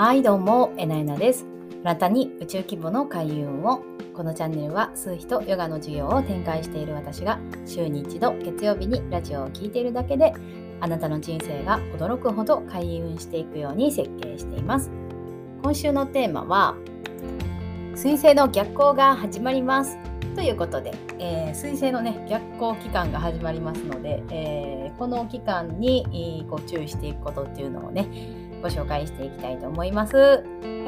はい、どうも、えなえなです。あなたに宇宙規模の開運を。このチャンネルは数秘とヨガの授業を展開している私が週に一度月曜日にラジオを聞いているだけであなたの人生が驚くほど開運していくように設計しています。今週のテーマは水星の逆行が始まりますということで、水星のね逆行期間が始まりますので、この期間に、注意していくことっていうのをねご紹介していきたいと思います。はい、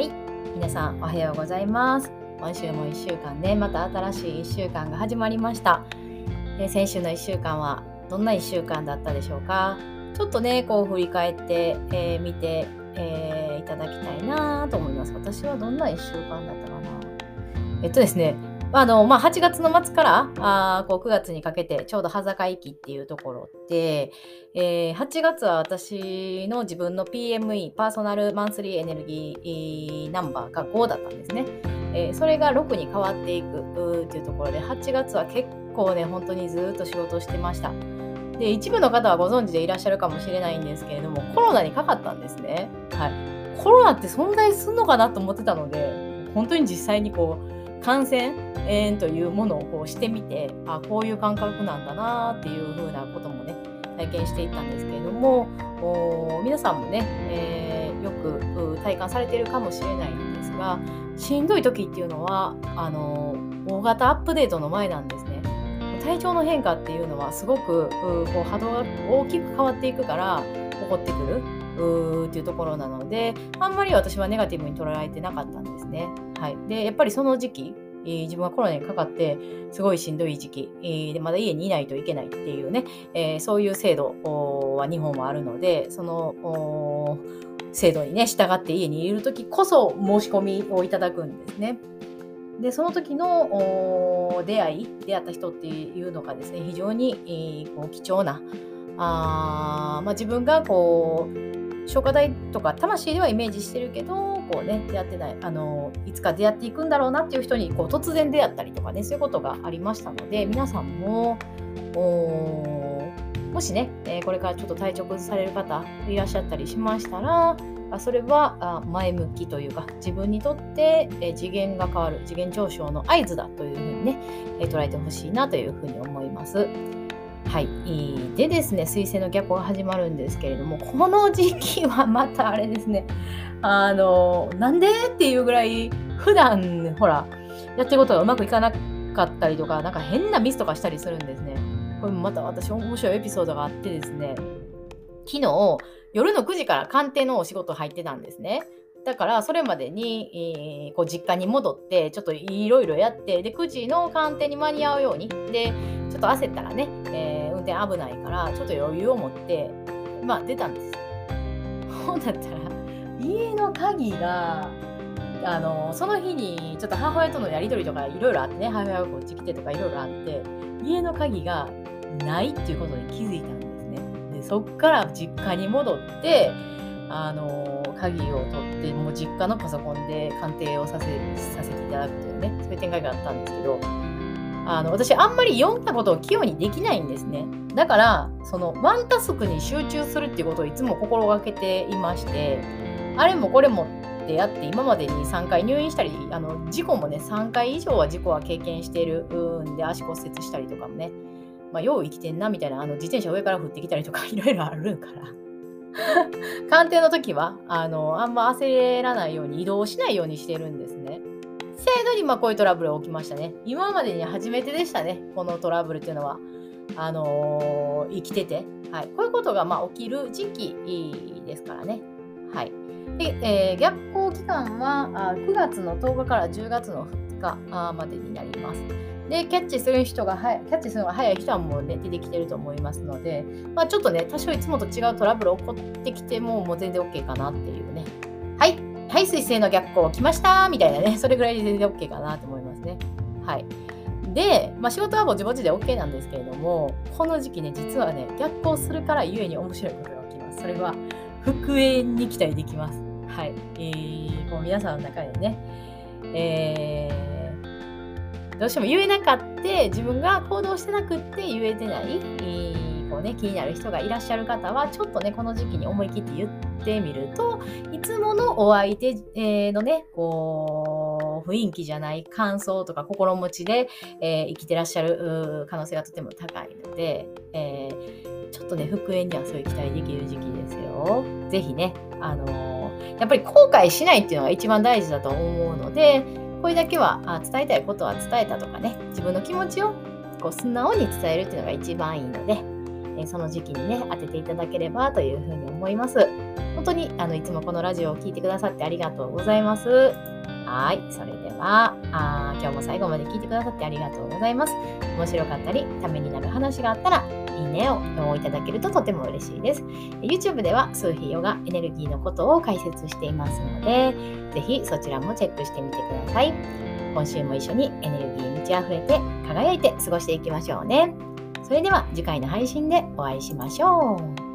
皆さんおはようございます。今週も1週間ね、また新しい1週間が始まりました。先週の1週間はどんな1週間だったでしょうか。ちょっとねこう振り返って、見て、いただきたいなと思います。私はどんな1週間だったかな。ですね8月の末から9月にかけてちょうど端境期っていうところで、8月は私の自分の PME パーソナルマンスリーエネルギーナンバーが5だったんですね。それが6に変わっていくっていうところで、8月は結構ね本当にずっと仕事してました。で、一部の方はご存知でいらっしゃるかもしれないんですけれども、コロナにかかったんですね。はい、コロナって存在するのかなと思ってたので、本当に実際にこう感染というものをこうしてみて、こういう感覚なんだなっていう風なこともね体験していったんですけれども、皆さんもね、よく体感されているかもしれないんですが、しんどい時っていうのは大型アップデートの前なんですね。体調の変化っていうのはすごくこう波動が大きく変わっていくから起こってくるっていうところなので、あんまり私はネガティブに捉えてなかったんですね。はい、でやっぱりその時期、自分はコロナにかかってすごいしんどい時期、でまだ家にいないといけないっていうね、そういう制度は日本はあるので、その制度にね従って家にいる時こそ申し込みをいただくんですね。でその時の出会った人っていうのがですね、非常に、こう貴重な自分がこう消化体とか魂ではイメージしてるけどこうね出会ってないいつか出会っていくんだろうなっていう人にこう突然出会ったりとかね、そういうことがありましたので、皆さんももしね、これからちょっと体調崩される方いらっしゃったりしましたら、それは前向きというか自分にとって次元が変わる、次元上昇の合図だというふうにね捉えてほしいなというふうに思います。はい、でですね、水星の逆行が始まるんですけれども、この時期はまたあれですね、なんでっていうぐらい普段ほらやってることがうまくいかなかったりとか、なんか変なミスとかしたりするんですね。これまた私面白いエピソードがあってですね、昨日夜の9時から鑑定のお仕事入ってたんですね。だからそれまでに、こう実家に戻ってちょっといろいろやって、で9時の鑑定に間に合うようにでちょっと焦ったらね、運転危ないからちょっと余裕を持って出たんです。ほんだったら家の鍵がその日にちょっと母親とのやり取りとかいろいろあってね、母親がこっち来てとかいろいろあって家の鍵がないっていうことに気づいたんですね。でそっから実家に戻って鍵を取ってもう実家のパソコンで鑑定をさせていただくというね、そういう展開があったんですけど、私あんまり読んだことを器用にできないんですね。だからそのワンタスクに集中するっていうことをいつも心がけていまして、あれもこれもってやって今までに3回入院したり、事故もね3回以上は事故は経験しているんで、足骨折したりとかもね、よう生きてんなみたいな、自転車上から降ってきたりとかいろいろあるから鑑定の時はあんま焦らないように移動しないようにしてるんですね。制度にこういうトラブルが起きましたね。今までに初めてでしたね、このトラブルっていうのは。生きてて、はい、こういうことが起きる時期ですからね。はい。で、逆行期間は9月の10日から10月の2日までになります。で、キャッチするのが早い人はもうね出てきてると思いますので、ちょっとね多少いつもと違うトラブル起こってきても全然 OK かなっていうね。はい、水星の逆行来ましたみたいなね、それぐらいで全然 OK かなと思いますね。はい。で、仕事はぼちぼちで OK なんですけれども、この時期ね実はね逆行するからゆえに面白いことが起きます。それは復縁に期待できます。はい。こう皆さんの中でね、どうしても言えなかった自分が行動してなくって言えてない、 こうね気になる人がいらっしゃる方はちょっとねこの時期に思い切って言ってみると、いつものお相手、のねこう雰囲気じゃない感想とか心持ちで、生きてらっしゃる可能性がとても高いので、ちょっとね復縁にはそういう期待できる時期ですよ。ぜひねやっぱり後悔しないっていうのが一番大事だと思うので、これだけは伝えたいことは伝えたとかね、自分の気持ちをこう素直に伝えるっていうのが一番いいので、その時期にね当てていただければというふうに思います。本当にいつもこのラジオを聞いてくださってありがとうございます。はい、それでは今日も最後まで聞いてくださってありがとうございます。面白かったりためになる話があったらいいねをいただけるととても嬉しいです。YouTube では数秘ヨガエネルギーのことを解説していますので、ぜひそちらもチェックしてみてください。今週も一緒にエネルギーに満ち溢れて輝いて過ごしていきましょうね。それでは次回の配信でお会いしましょう。